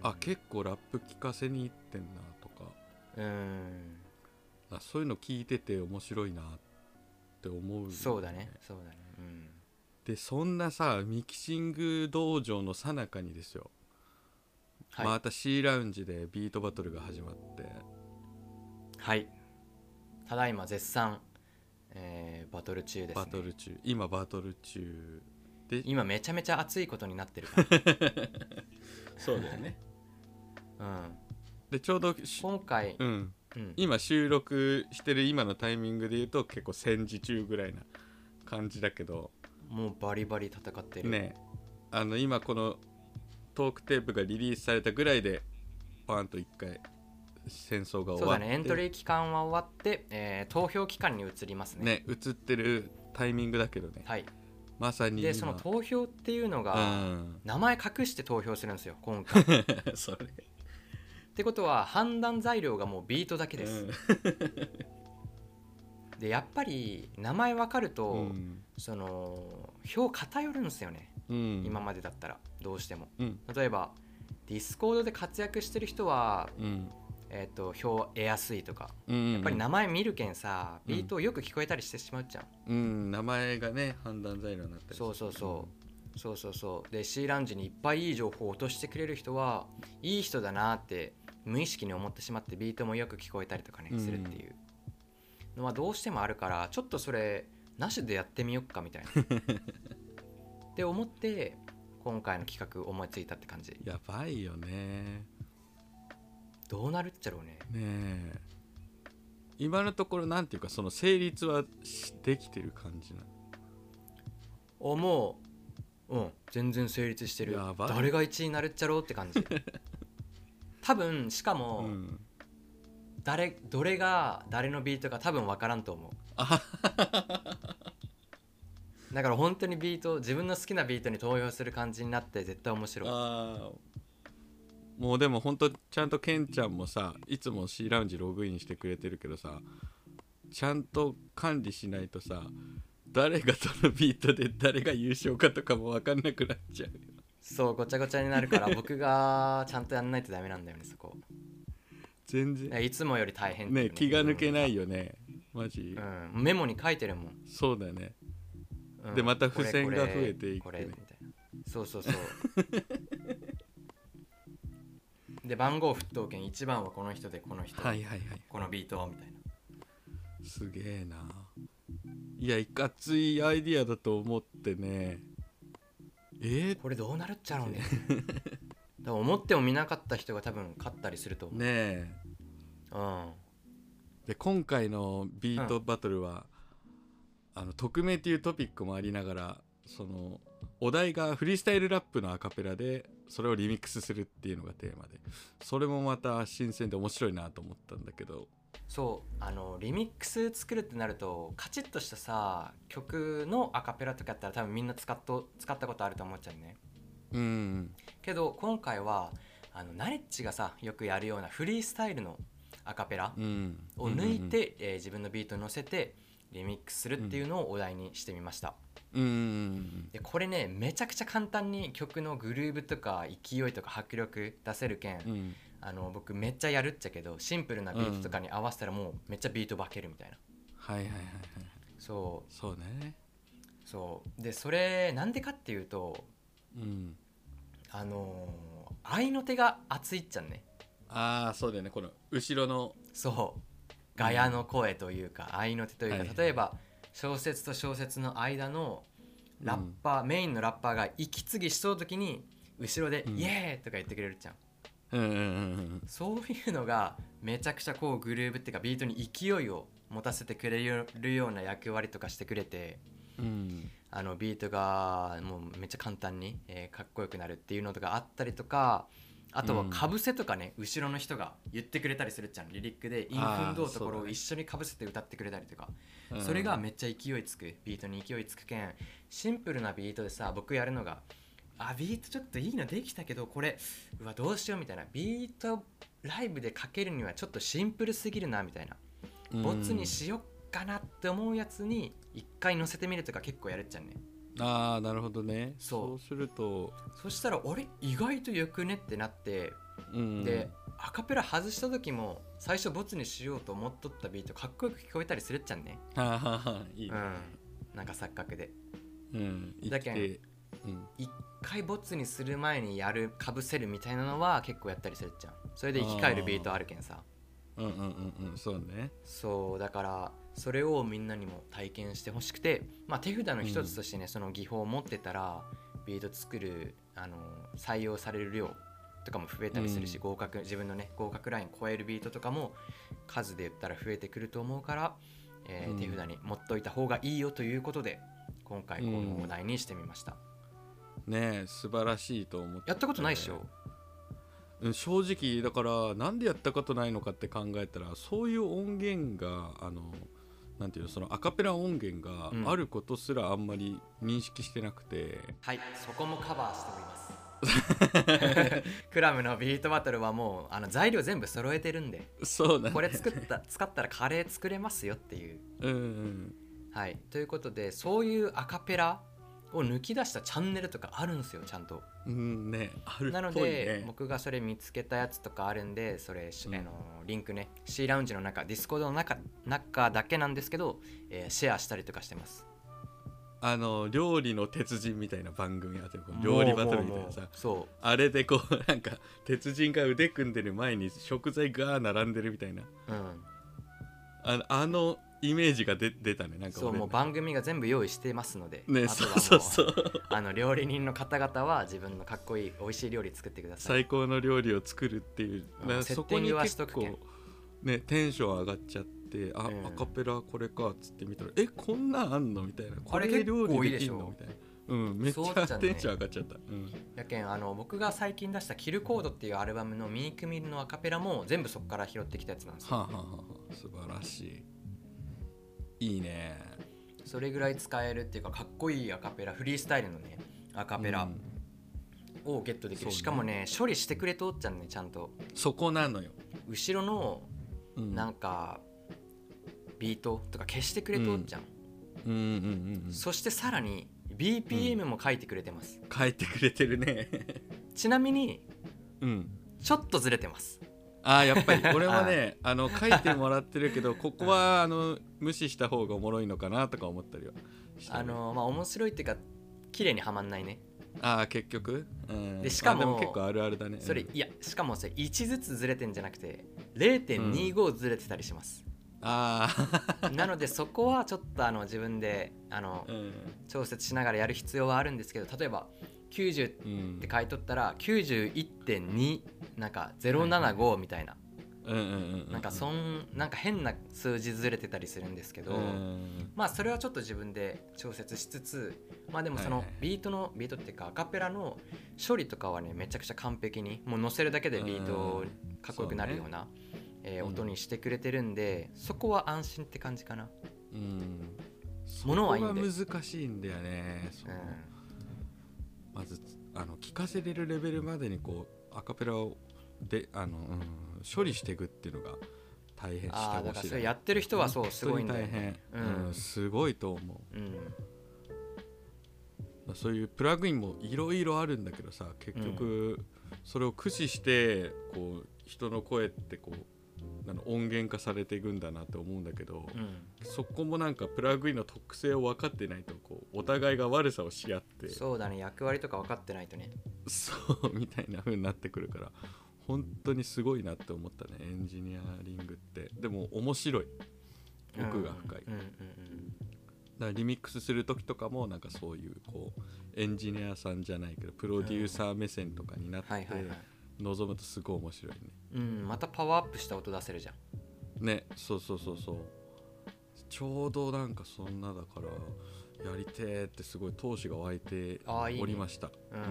あ結構ラップ聞かせに行ってんなとか、うんあそういうの聞いてて面白いなって思う、ね、 そうだねそうだね、うん、 でそんなさミキシング道場の最中にですよ、はい、また C ラウンジでビートバトルが始まって、 はいただいま絶賛、えー、バトル中ですね。 バトル中今バトル中で今めちゃめちゃ熱いことになってるそうだよねうんでちょうど今回、 うんうん、今収録してる今のタイミングで言うと結構戦時中ぐらいな感じだけど、 もうバリバリ戦ってるね。あの今このトークテープがリリースされたぐらいでパーンと一回戦争が終わって、そうだね、エントリー期間は終わって、えー、投票期間に移りますね。 ね移ってるタイミングだけどね、 はい、 まさにでその投票っていうのが、うん、名前隠して投票するんですよ今回それってことは判断材料がもうビートだけです、うん、 でやっぱり名前分かると、 うん、 その票偏るんですよね、 うん、 今までだったらどうしても、 うん、 例えばディスコードで活躍してる人は、 うんえー、と票得やすいとか、 うん、 やっぱり名前見るけんさ、ビートよく聞こえたりしてしまうじゃん、 うん、名前がね判断材料になったりする。 そうそうそうそうそうそうで C ラウンジにいっぱいいい情報を落としてくれる人はいい人だなって無意識に思ってしまって、ビートもよく聞こえたりとかね、 うん、 するっていうのはどうしてもあるから、ちょっとそれなしでやってみよっかみたいなって思って今回の企画思いついたって感じ。 やばいよね。 どうなるっちゃろうね。 ねえ、今のところなんていうかその成立はできてる感じなの？ おもううん全然成立してる。 やばい。 誰がいちいになるっちゃろうって感じ多分しかも、 うん、 誰どれが誰のビートか多分分からんと思うだから本当にビート、自分の好きなビートに投票する感じになって絶対面白い。 あもうでも本当ちゃんとケンちゃんもさ、いつも C ラウンジログインしてくれてるけどさ、ちゃんと管理しないとさ、誰がどのビートで誰が優勝かとかも分かんなくなっちゃうよ。 そうごちゃごちゃになるから僕がちゃんとやんないとダメなんだよね、そこ全然いつもより大変っていうね、気が抜けないよねマジ、 うん、メモに書いてるもん。 そうだね、 うん、 でまた付箋が増えていく、ね、 これこれみたいな。そうそうそうで番号沸騰権いちばんはこの人でこの人、 はいはいはい、 このビートみたいな。 すげえな。いやいかついアイディアだと思ってね。えー、 これどうなるっちゃろうね多分思っても見なかった人が多分勝ったりすると思う。 ねえ、 うん、 で今回のビートバトルは、うん、あの匿名っていうトピックもありながら、そのお題がフリースタイルラップのアカペラでそれをリミックスするっていうのがテーマで、それもまた新鮮で面白いなと思ったんだけど、 そうあのリミックス作るってなるとカチッとしたさ曲のアカペラとかやったら多分みんな使っと使ったことあると思っちゃうね。 うんけど今回はあのナレッジがさよくやるようなフリースタイルのアカペラを抜いて、うんうんうんえー、自分のビートに乗せてリミックスするっていうのをお題にしてみました。 うんうんうん、 でこれねめちゃくちゃ簡単に曲のグルーヴとか勢いとか迫力出せるけん、うん、あの僕めっちゃやるっちゃけどシンプルなビートとかに合わせたらもうめっちゃビート化けるみたいな、 はいはいはいはい、 そうそうね、 そうでそれなんでかっていうと、うん、あのー、愛の手が熱いっちゃんね。 ああそうだよね、この後ろのそうガヤの声というか、うん、愛の手というか、はいはい、例えば小説と小説の間のラッパー、うん、メインのラッパーが息継ぎしそうときに後ろで、うん、イエーイとか言ってくれるじゃん、うんうんうんうん、そういうのがめちゃくちゃこうグルーヴっていうかビートに勢いを持たせてくれるような役割とかしてくれて、うん、あのビートがもうめっちゃ簡単に、えー、かっこよくなるっていうのとかあったりとか、あとはかぶせとかね、うん、後ろの人が言ってくれたりするじゃん。リリックでインフンドーところを一緒にかぶせて歌ってくれたりとか、 そ,、ね、それがめっちゃ勢いつく、ビートに勢いつくけん、シンプルなビートでさ僕やるのが、あビートちょっといいのできたけどこれうわどうしようみたいな、ビートライブでかけるにはちょっとシンプルすぎるなみたいな、ボツにしよっかなって思うやつに一回乗せてみるとか結構やるっちゃうね。 ああなるほどね。そうするとそしたら俺意外とよくねってなって、うん、でアカペラ外した時も最初ボツにしようと思っとったビートかっこよく聞こえたりするっちゃんね。 いいね、 うん、なんか錯覚で、 うん、 だけん一、うん、回ボツにする前にやるかぶせるみたいなのは結構やったりするっちゃん。それで生き返るビートあるけんさ。 うんうんうんうん、そうね。 そうだからそれをみんなにも体験してほしくて、まあ、手札の一つとしてね、うん、その技法を持ってたらビート作るあの採用される量とかも増えたりするし、うん、合格自分のね合格ライン超えるビートとかも数で言ったら増えてくると思うから、えーうん、手札に持っといた方がいいよということで今回このお題にしてみました、 うん、ねえ素晴らしいと思って。 やったことないっしょ。 正直だからなんでやったことないのかって考えたら、そういう音源があのなんていうの、そのアカペラ音源があることすらあんまり認識してなくて、 うん、はいそこもカバーしております。 クラムのビートバトルはもうあの材料全部揃えてるんで、 そうだねこれ作った使ったらカレー作れますよっていう、 うん、うん、 はい、ということでそういうアカペラを抜き出したチャンネルとかあるんですよちゃんと、 うんね、あるっぽいね。 なので僕がそれ見つけたやつとかあるんで、それ、うん、あのリンクね C ラウンジの中ディスコードの中中だけなんですけど、えー、シェアしたりとかしてます。 あの料理の鉄人みたいな番組あって、料理バトルみたいなさ、 そうあれでこうなんか鉄人が腕組んでる前に食材が並んでるみたいな、 うん、 あのあのイメージが出出たね。なんかそうもう番組が全部用意してますので、 ね、 あとはもうそうそうあの料理人の方々は自分のかっこいい美味しい料理作ってください。 最高の料理を作るっていう、 うん、 そこに結構けんねテンション上がっちゃって、あ、うん、アカペラこれかっつって見たら、えこんなんあんのみたいな、これで料理できんのみたいな、うん、めっちゃテンション上がっちゃった。うん、 やけんあの僕が最近出したキルコードっていうアルバムのミニクミルのアカペラも全部そこから拾ってきたやつなんですよ。 はあ、はあはあ、素晴らしい。いいね。 それぐらい使えるっていうかかっこいいアカペラ、フリースタイルのねアカペラをゲットできる、うん、しかもね処理してくれとっちゃうね、ちゃんと。 そこなのよ。 後ろのなんかビートとか消してくれとっちゃう、 うんうんうんうん、 そしてさらに ビーピーエム も書いてくれてます、 うん、書いてくれてるねちなみに、 うん、 ちょっとずれてます。 あーやっぱり俺もねあの書いてもらってるけどここはあの無視した方がおもろいのかなとか思ったりはした、ね、 あのまあ面白いっていうか綺麗にはまんないね。 ああ結局、うん、 でしかも、 でも結構あるあるだね。 それ、いやしかもそれいちずつずれてんじゃなくて れいてんにご ずれてたりします、 うん、ああなのでそこはちょっとあの自分であの、うん、調節しながらやる必要はあるんですけど、例えばきゅうじゅうって書いとったら きゅうじゅういってんに なんかゼロななごみたいな、なんかそんなんか変な数字ずれてたりするんですけど、うん、まあそれはちょっと自分で調節しつつ、まあでもそのビートの、はいはい、ビートっていうかアカペラの処理とかはねめちゃくちゃ完璧にもう乗せるだけでビートかっこよくなるような、うんえー、音にしてくれてるんで、そこは安心って感じかな。 うん、 ものはいいんで。 そこが難しいんだよね。その、うん、まずあの聴かせれるレベルまでにこうアカペラをであの、うん、処理していくっていうのが大変。 あだからそれやってる人はそうすごいんだよね。 大変、うんうん、すごいと思う、うん、そういうプラグインもいろいろあるんだけどさ、結局それを駆使してこう人の声ってこうあの音源化されていくんだなって思うんだけど、うん、そこもなんかプラグインの特性を分かってないとこうお互いが悪さをし合って、 そうだね、役割とか分かってないとね、 そうみたいな風になってくるから本当にすごいなって思ったね、エンジニアリングって。でも面白い、奥が深い、うんうんうんうん、だからリミックスする時とかもなんかそういうこうエンジニアさんじゃないけどプロデューサー目線とかになって、うんはいはいはい、望むとすごい面白いね、 うん、またパワーアップした音出せるじゃんね。そうそうそうそう、ちょうどなんかそんなだからやりてーってすごい闘志が湧いておりました。いいね、うんうん、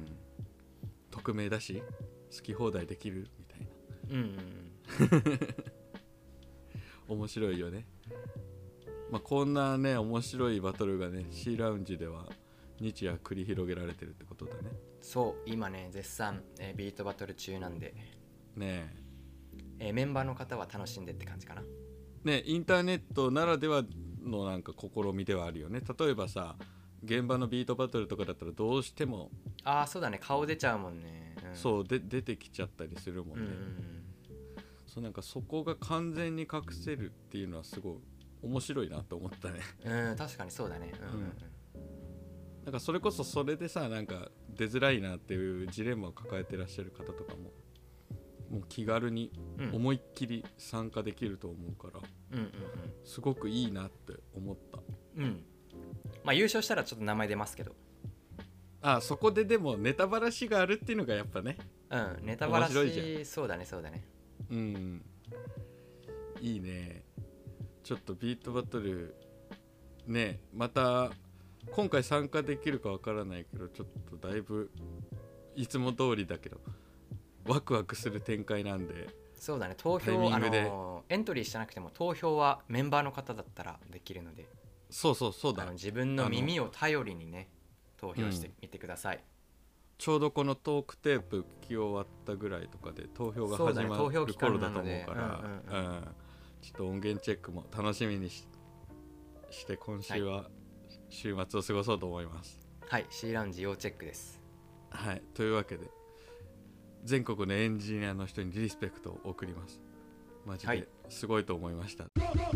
匿名だし好き放題できるみたいな、うんうん、面白いよね。まあ、こんなね面白いバトルがね C ラウンジでは日夜繰り広げられてるってことだね。 そう今ね絶賛、えー、ビートバトル中なんでねえー、メンバーの方は楽しんでって感じかなね。インターネットならではのなんか試みではあるよね。例えばさ現場のビートバトルとかだったらどうしてもああそうだね顔出ちゃうもんね、 うん、そうで出てきちゃったりするもんね、うんうんうん、そうなんかそこが完全に隠せるっていうのはすごい面白いなと思ったね。 うん確かにそうだね、うんうんうん、 なんかそれこそそれでさなんか出づらいなっていうジレンマを抱えてらっしゃる方とかももう気軽に思いっきり参加できると思うから、うんうんうんうん、すごくいいなって思った。 うんまあ優勝したらちょっと名前出ますけど、 あそこででもネタバラシがあるっていうのがやっぱね、 うんネタバラシそうだねそうだねうんいいね。ちょっとビートバトルねまた今回参加できるかわからないけどちょっとだいぶいつも通りだけどワクワクする展開なんで。 そうだね投票あのエントリーしてなくても投票はメンバーの方だったらできるので、 そうそうそうだ、 あの自分の耳を頼りにね投票してみてください、 ちょうどこのトークテープ聞き終わったぐらいとかで投票が始まる頃だと思うから、うんうんうん、ちょっと音源チェックも楽しみに し, して今週は週末を過ごそうと思います。 はい、C ラウンジ要チェックです。 はい、というわけで全国のエンジニアの人にリスペクトを送ります。マジですごいと思いました、はい、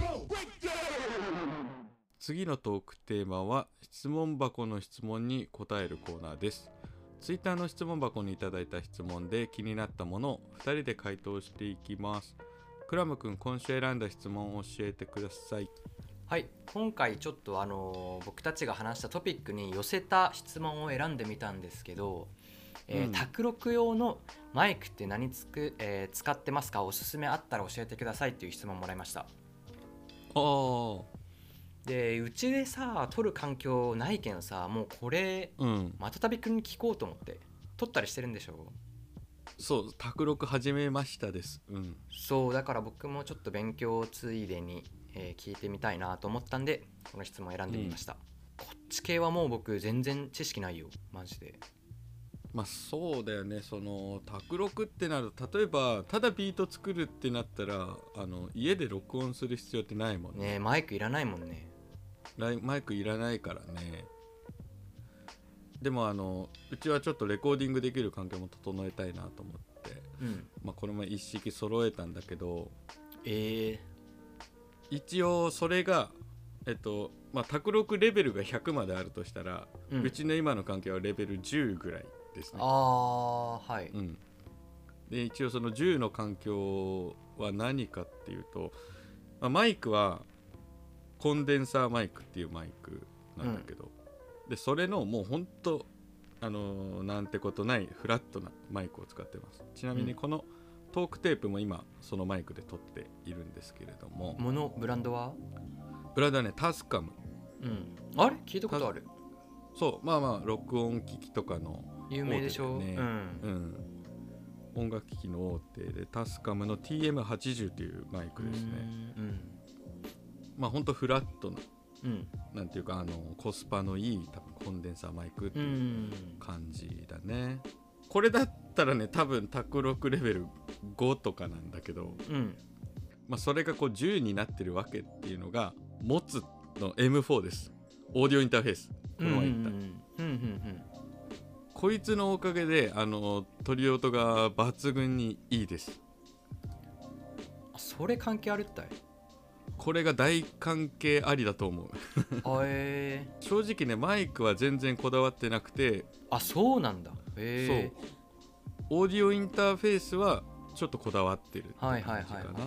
次のトークテーマは質問箱の質問に答えるコーナーです。ツイッターの質問箱にいただいた質問で気になったものをふたりで回答していきます。クラム君、今週選んだ質問を教えてください。 はい、今回ちょっとあの僕たちが話したトピックに寄せた質問を選んでみたんですけど、えーうん、卓録用のマイクって何つく、えー、使ってますか、おすすめあったら教えてくださいっていう質問もらいました。 あでうちでさ撮る環境ないけんさ、もうこれ、うん、またたびくんに聞こうと思って撮ったりしてるんでしょ。 そう、卓録始めましたです、うん、 そうだから僕もちょっと勉強ついでに、えー、聞いてみたいなと思ったんでこの質問を選んでみました、うん、こっち系はもう僕全然知識ないよマジで。 まあそうだよね、その卓録ってなると例えばただビート作るってなったらあの家で録音する必要ってないもんね。 ね、マイクいらないもんね。 マイクいらないからね。でもあのうちはちょっとレコーディングできる環境も整えたいなと思って、うんまあ、この前一式揃えたんだけど、 えー、一応それがえっとまあ卓録レベルがひゃくまであるとしたら、うん、うちの今の環境はレベルじゅうぐらいですね。 ああはい、 うん、で一応そのじゅうの環境は何かっていうと、まあ、マイクはコンデンサーマイクっていうマイクなんだけど、うん、でそれのもうほんとあのー、なんてことないフラットなマイクを使ってます。ちなみにこのトークテープも今そのマイクで撮っているんですけれども、 ものブランドはブランドはねタスカム、 うん、あれ聞いたことある。 そうまあまあ録音機器とかの大手で、ね、 有名でしょ、うんうん、音楽機器の大手でタスカムの ティーエムはちじゅう というマイクですね。うん、うんまあほんとフラットな、うん、なんていうかあのコスパのいい多分コンデンサーマイクっていう感じだね。これだったらね多分卓録レベルごとかなんだけど、うんまあ、それがこうじゅうになってるわけっていうのがモツの エムフォー です。オーディオインターフェース、この前言った、うんうんうんうん、こいつのおかげであの取り音が抜群にいいです。 それ関係あるったい。 これが大関係ありだと思うえー、 正直ねマイクは全然こだわってなくて。 あそうなんだ、えー、そうオーディオインターフェースはちょっとこだわってるって感じかな、はいはいはいはい、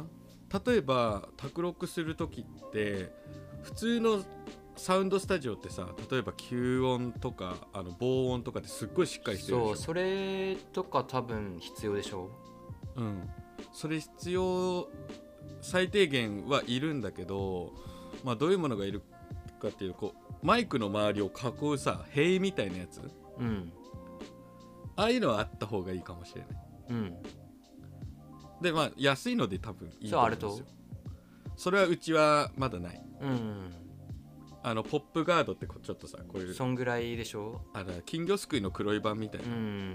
例えば卓録する時って普通のサウンドスタジオってさ、例えば吸音とかあの防音とかってすっごいしっかりしてるでしょ。 そうそれとか多分必要でしょ。 うんそれ必要最低限はいるんだけど、まあ、どういうものがいるかっていうとこうマイクの周りを囲うさ塀みたいなやつ、うん、ああいうのはあった方がいいかもしれない、うん、でまあ安いので多分いいと思うんですよ。そうあるとそれはうちはまだない、うん、あのポップガードってちょっとさこういうそんぐらいでしょ。 あれ金魚すくいの黒い版みたいな、うん、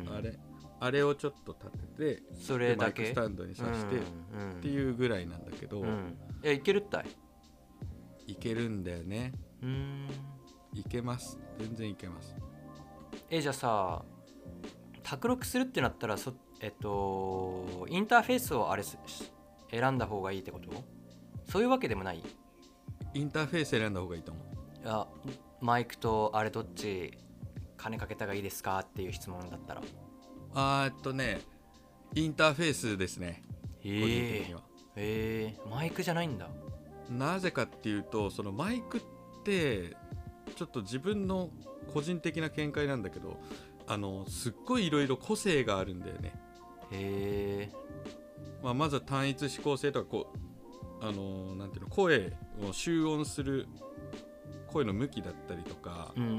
あれあれをちょっと立ててそれだけマイクスタンドに挿してっていうぐらいなんだけど、うんうん、 いやいけるったいいけるんだよね。うーんいけます、全然いけます。 えじゃあさ卓録するってなったらそえっとインターフェースをあれ選んだ方がいいってこと？そういうわけでもない？ インターフェース選んだ方がいいと思う。 いやマイクとあれどっち金かけた方がいいですかっていう質問だったらあーっとねインターフェースですね。 へーへーマイクじゃないんだ。 なぜかっていうとそのマイクってちょっと自分の個人的な見解なんだけどあのすっごいいろいろ個性があるんだよね。へー、まあ、まずは単一指向性とかこうあのなんていうの声を集音する声の向きだったりとか、うんうん、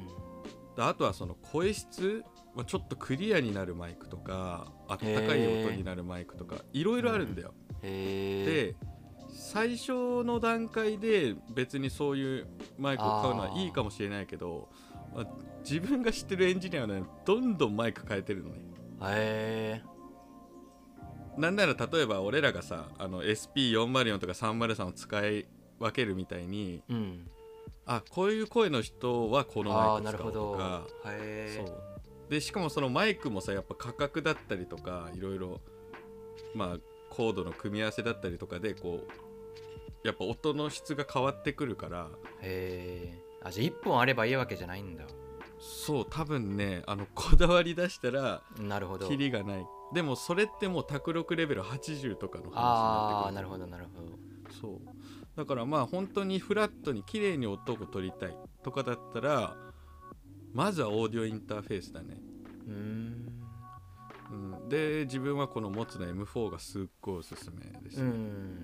あとはその声質ちょっとクリアになるマイクとかあったかい音になるマイクとかいろいろあるんだよ、うん、へで最初の段階で別にそういうマイクを買うのはいいかもしれないけどまあ、自分が知ってるエンジニアはねどんどんマイク変えてるのね。 へえ。 なんなら例えば俺らがさあの エスピーよんまるよん とかさんまるさんを使い分けるみたいに、 うん、 あこういう声の人はこのマイク使おうとか。 へー。 そうでしかもそのマイクもさやっぱ価格だったりとかいろいろまあコードの組み合わせだったりとかでこうやっぱ音の質が変わってくるから。 へえ。あじゃあいっぽんあればいいわけじゃないんだ。 そう多分ねあのこだわり出したらなるほど。 キリがない。でもそれってもう卓録レベルはちじゅうとかの話になってくる。 ああなるほどなるほど。 そうだからまあ本当にフラットに綺麗に音を取りたいとかだったらまずはオーディオインターフェースだね。 うーん、 うん、で自分はこのモツの エムフォー がすっごいおすすめです、ね、 うん。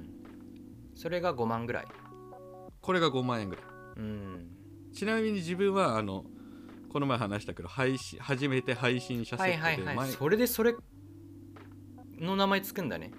それがごまんぐらい。 これがごまんえんぐらい。 うん。 ちなみに自分はあのこの前話したけど配信初めて配信者セットで、 はいはいはい、 前それでそれの名前つくんだね。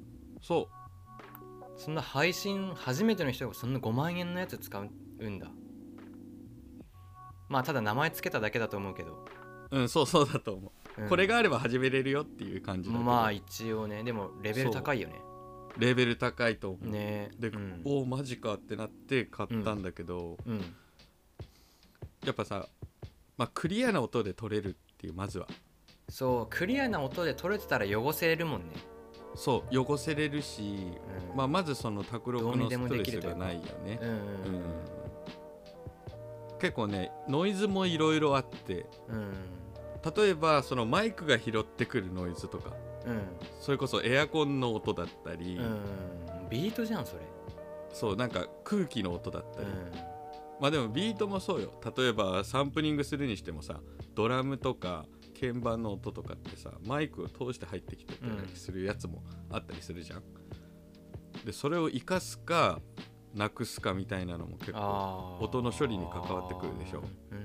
そうそんな配信初めての人がそんなごまんえんのやつ使うんだ。まあただ名前つけただけだと思うけど、 うんそうそうだと思う、 うん、 これがあれば始めれるよっていう感じだけど、 まあ一応ね。でもレベル高いよね。 レベル高いと思うね。 で、 うん、 おおマジかってなって買ったんだけど、 うん、 やっぱさ、まあ、クリアな音で撮れるっていうまずはそうクリアな音で撮れてたら汚せるもんね。 そう汚せれるし、 うん、 まあ、まずその卓録のストレスがないよね。 うんうんうん、 結構ねノイズもいろいろあって、 うん、 例えばそのマイクが拾ってくるノイズとか、 うん、 それこそエアコンの音だったり、 うん、ビートじゃんそれ。 そうなんか空気の音だったり、 うん、 まあでもビートもそうよ。例えばサンプリングするにしてもさドラムとか鍵盤の音とかってさマイクを通して入ってきてたりするやつもあったりするじゃん、でそれを生かすかなくすかみたいなのも結構音の処理に関わってくるでしょ。 うん、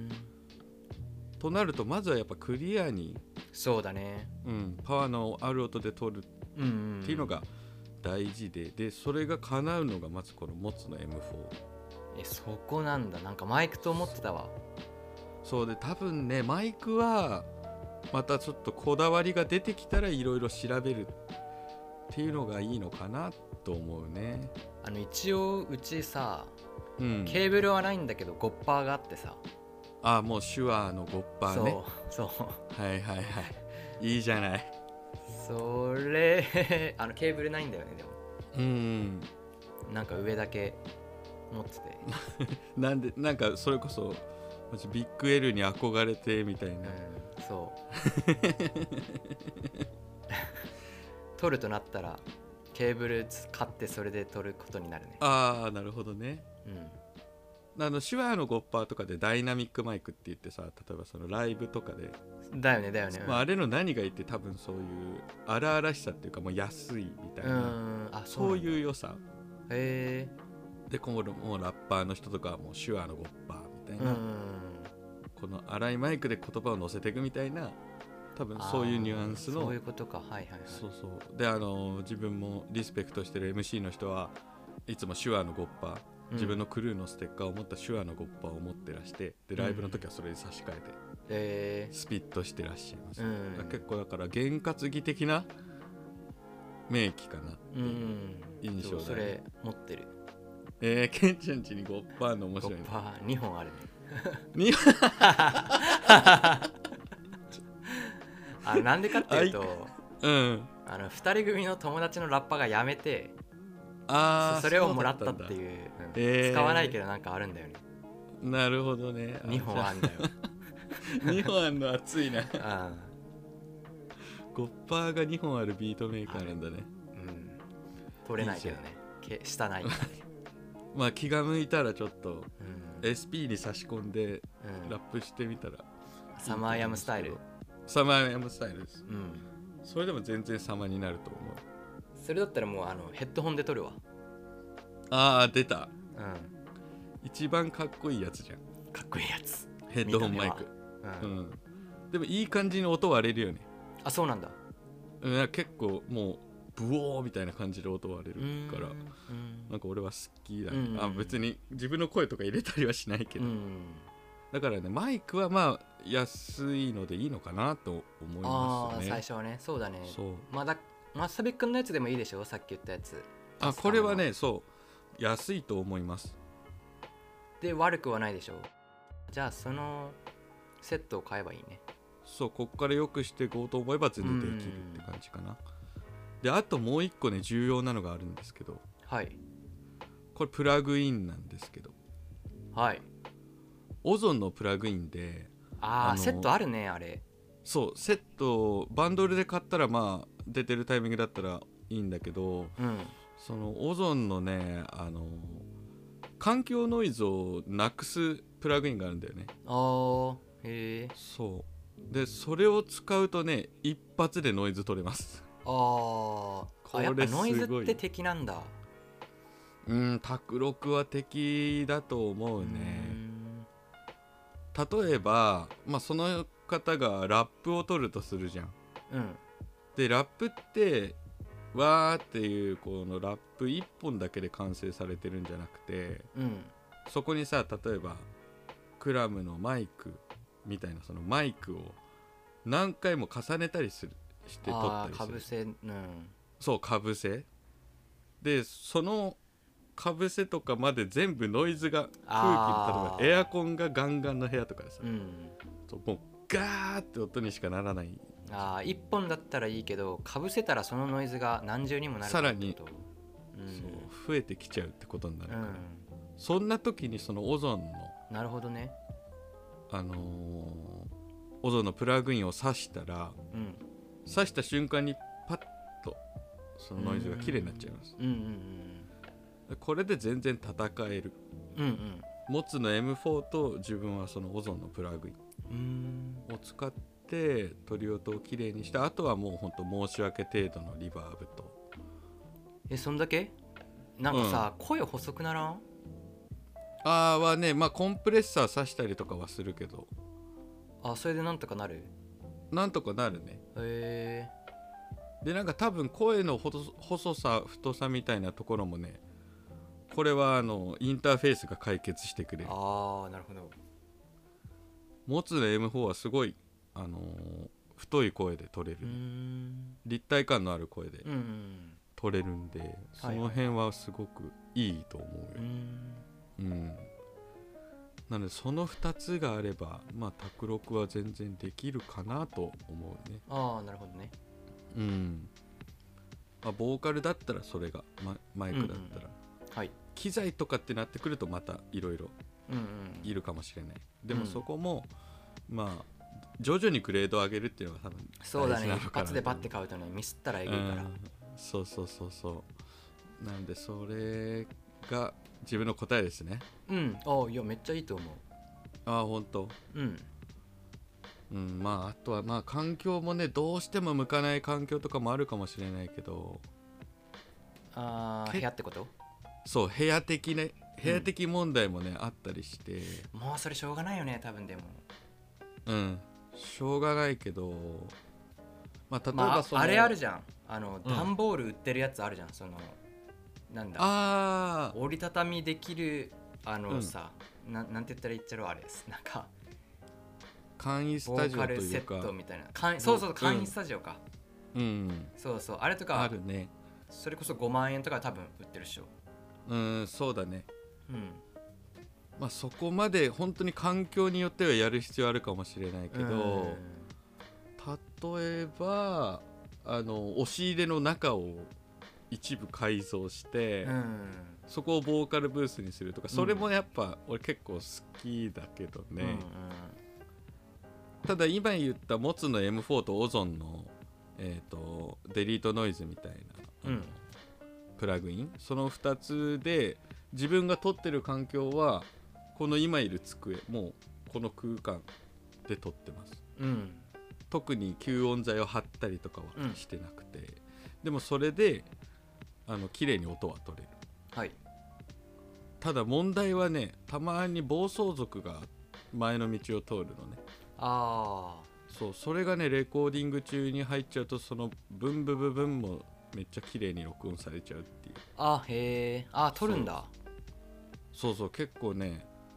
となるとまずはやっぱクリアに、 そうだね、 うん、パワーのある音で撮るっていうのが大事で、でそれが叶うのがまずこのモツの エムフォー。 えそこなんだ。なんかマイクと思ってたわ。 そうで多分ねマイクはまたちょっとこだわりが出てきたらいろいろ調べるっていうのがいいのかなと思うね。 あの一応うちさ、 うん、 ケーブルはないんだけどゴッパーがあってさ。 あもう手話のゴッパーね。 そうそうはいはいはいいいじゃない。 それあのケーブルないんだよね。でもうんなんか上だけ持っててなんでなんかそれこそビッグ L に憧れてみたいな、うん、 そう撮るとなったらケーブル買ってそれで撮ることになるね。 ああなるほどね、 うん、 あの手話のゴッパーとかでダイナミックマイクって言ってさ、例えばそのライブとかでだよねだよね、 まあ、あれの何がいいって多分そういう荒々しさっていうかもう安いみたいな、うん、あそういう良さへえで今後もうラッパーの人とかはもう手話のゴッパーみたいな、うん、この荒いマイクで言葉を乗せていくみたいな多分そういうニュアンスのそういうことか。はいはいはい。 そうそうであの自分もリスペクトしてる エムシー の人はいつも手話のゴッパー、うん、自分のクルーのステッカーを持った手話のゴッパーを持ってらしてでライブの時はそれに差し替えて、うん、スピットしてらっしゃいます、うん、だ結構だから験担ぎ的な名機かなっていう印象だ、ね、うん、 それ持ってる。 えー、ケンちゃんちにゴッパーの面白いね。 ゴッパーにほんあるねにほんあなんでかっていうと、 うん、 あのふたり組の友達のラッパが辞めてあそ, それをもらったっていう、うんえー、使わないけどなんかあるんだよね。 なるほどね。 にほんあんだよにほんあんの熱いなゴッパーがにほんあるビートメーカーなんだね。 うん、取れないけどね下ないまあ気が向いたらちょっと エスピー に差し込んでラップしてみたら、 うん、サマーヤムスタイルサマーヤムスタイルです、 うん、 それでも全然様になると思う。 それだったらもうあのヘッドホンで撮るわ。 あー出た、うん、一番かっこいいやつじゃん。 かっこいいやつヘッドホンマイク、うんうん、でもいい感じに音割れるよね。 あそうなんだ、 うん、結構もうブオーみたいな感じで音割れるからなんか俺は好きだね。あ別に自分の声とか入れたりはしないけどだからねマイクはまあ安いのでいいのかなと思いますよね。 ああ最初はねそうだね。 そうまだまさびくんのやつでもいいでしょ、さっき言ったやつ。 あこれはねそう安いと思います。 で悪くはないでしょ。じゃあそのセットを買えばいいね。 そうここからよくしていこうと思えば全然できるって感じかな。であともう一個ね重要なのがあるんですけど、 はいこれプラグインなんですけど、 はいオゾンのプラグインでああセットあるねあれ。 そうセットバンドルで買ったらまあ出てるタイミングだったらいいんだけど、 うん、 そのオゾンのねあの環境ノイズをなくすプラグインがあるんだよね。 あーへえ。 そうでそれを使うとね一発でノイズ取れます。 あーこれやっぱノイズって敵なんだ。 うん卓録は敵だと思うね。例えば、まあ、その方がラップを取るとするじゃん。 うんでラップってわーっていうこのラップいっぽんだけで完成されてるんじゃなくて、 うん、 そこにさ例えばクラムのマイクみたいなそのマイクを何回も重ねたりするして撮ったりする。 あーかぶせ、うん、 そうかぶせでそのかぶせとかまで全部ノイズが空気の例えばエアコンがガンガンの部屋とかでさ、 うん、 そうもうガーって音にしかならない。 あーいっぽんだったらいいけどかぶせたらそのノイズが何重にもなるさらに、 うん、 そう増えてきちゃうってことになるから、 うん、 そんな時にそのオゾンのなるほどね。 あのー、オゾンのプラグインを挿したら、 うん、 挿した瞬間にパッとそのノイズが綺麗になっちゃいます。 うんうんこれで全然戦える。 うんうんうんモツの エムフォー と自分はそのオゾンのプラグインを使って取り音をきれいにして、あとはもうほんと申し訳程度のリバーブと。 えそんだけなんかさ、うん、声細くならん？ あーはねまあコンプレッサー挿したりとかはするけど、 あそれでなんとかなる？ なんとかなるね。 へえ。でなんか多分声の細さ太さみたいなところもね、これはあのインターフェースが解決してくれる。 ああなるほど。 モツの エムフォー はすごい、あのー、太い声で取れる、立体感のある声で取れるんで、うんうん、その辺はすごくいいと思うよ。うん、うん、なのでそのふたつがあればまあ卓録は全然できるかなと思うね。 ああなるほどね。 うん、まあ、ボーカルだったらそれが、ま、マイクだったら、うんうん、はい、機材とかってなってくるとまたいろいろいるかもしれない、うんうん、でもそこも、うん、まあ徐々にグレードを上げるっていうのが多分そうだね。一発でバッて買うとねミスったらえぐいから、うん、 そうそうそうそうなんでそれが自分の答えですね。 うんあいやめっちゃいいと思う。 あ本当うんうん、まああとはまあ環境もねどうしても向かない環境とかもあるかもしれないけど、 あー部屋ってこと？ そう部屋的ね部屋的問題もね、うん、あったりして、 もうそれしょうがないよね多分。でもうんしょうがないけど、まあ例えばその、 まあ、あれあるじゃんあの、うん、段ボール売ってるやつあるじゃん。そのなんだあ折りたたみできるあの、うん、さ な, なんて言ったら言っちゃうあれですなんか簡易スタジオというかボーカルセットみたいなそうそう簡易スタジオか、 うん、うん、 そうそうあれとかあるね。 それこそごまんえんとか多分売ってるっしょ。 うんそうだね。 うんまあそこまで本当に環境によってはやる必要あるかもしれないけど、例えばあの押し入れの中を一部改造して、うん、そこをボーカルブースにするとか、それもやっぱ俺結構好きだけどね、うんうん、ただ今言ったモツの エムフォー とオゾンの、えーと、デリートノイズみたいな、うん、プラグインそのふたつで自分が撮ってる環境はこの今いる机もうこの空間で撮ってます、うん、特に吸音材を貼ったりとかはしてなくて、うん、でもそれであの綺麗に音は取れる、はい、ただ問題はねたまに暴走族が前の道を通るのね。 あそうそれがねレコーディング中に入っちゃうとそのブンブブブンもめっちゃ綺麗に録音されちゃうっていう。 あへえあ撮るんだ。 そうそうそう結構ね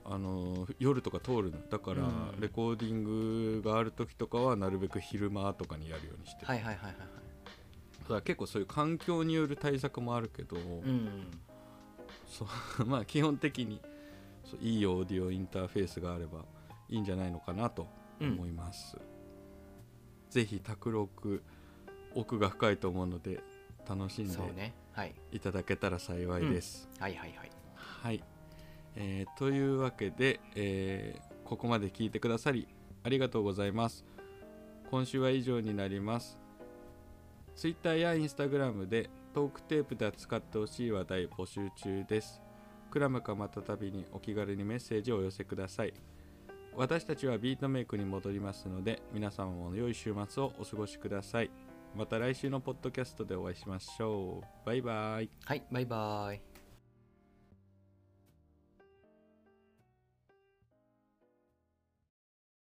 あの夜とか通るのだから、 うんレコーディングがある時とかはなるべく昼間とかにやるようにしてる、 はいはいはいはいはい。 だから結構そういう環境による対策もあるけど、 うんそうまあ基本的にそういいオーディオインターフェースがあればいいんじゃないのかなと思います、うん、ぜひ卓録奥が深いと思うので楽しんでいただけたら幸いです、 うん、はいはいはいはい、えー、というわけで、えー、ここまで聞いてくださりありがとうございます。今週は以上になります。Twitter や Instagram でトークテープで扱ってほしい話題募集中です。クラムかまたたびにお気軽にメッセージをお寄せください。私たちはビートメイクに戻りますので、皆様も良い週末をお過ごしください。また来週のポッドキャストでお会いしましょう。バイバイ。 はい、バイバイ。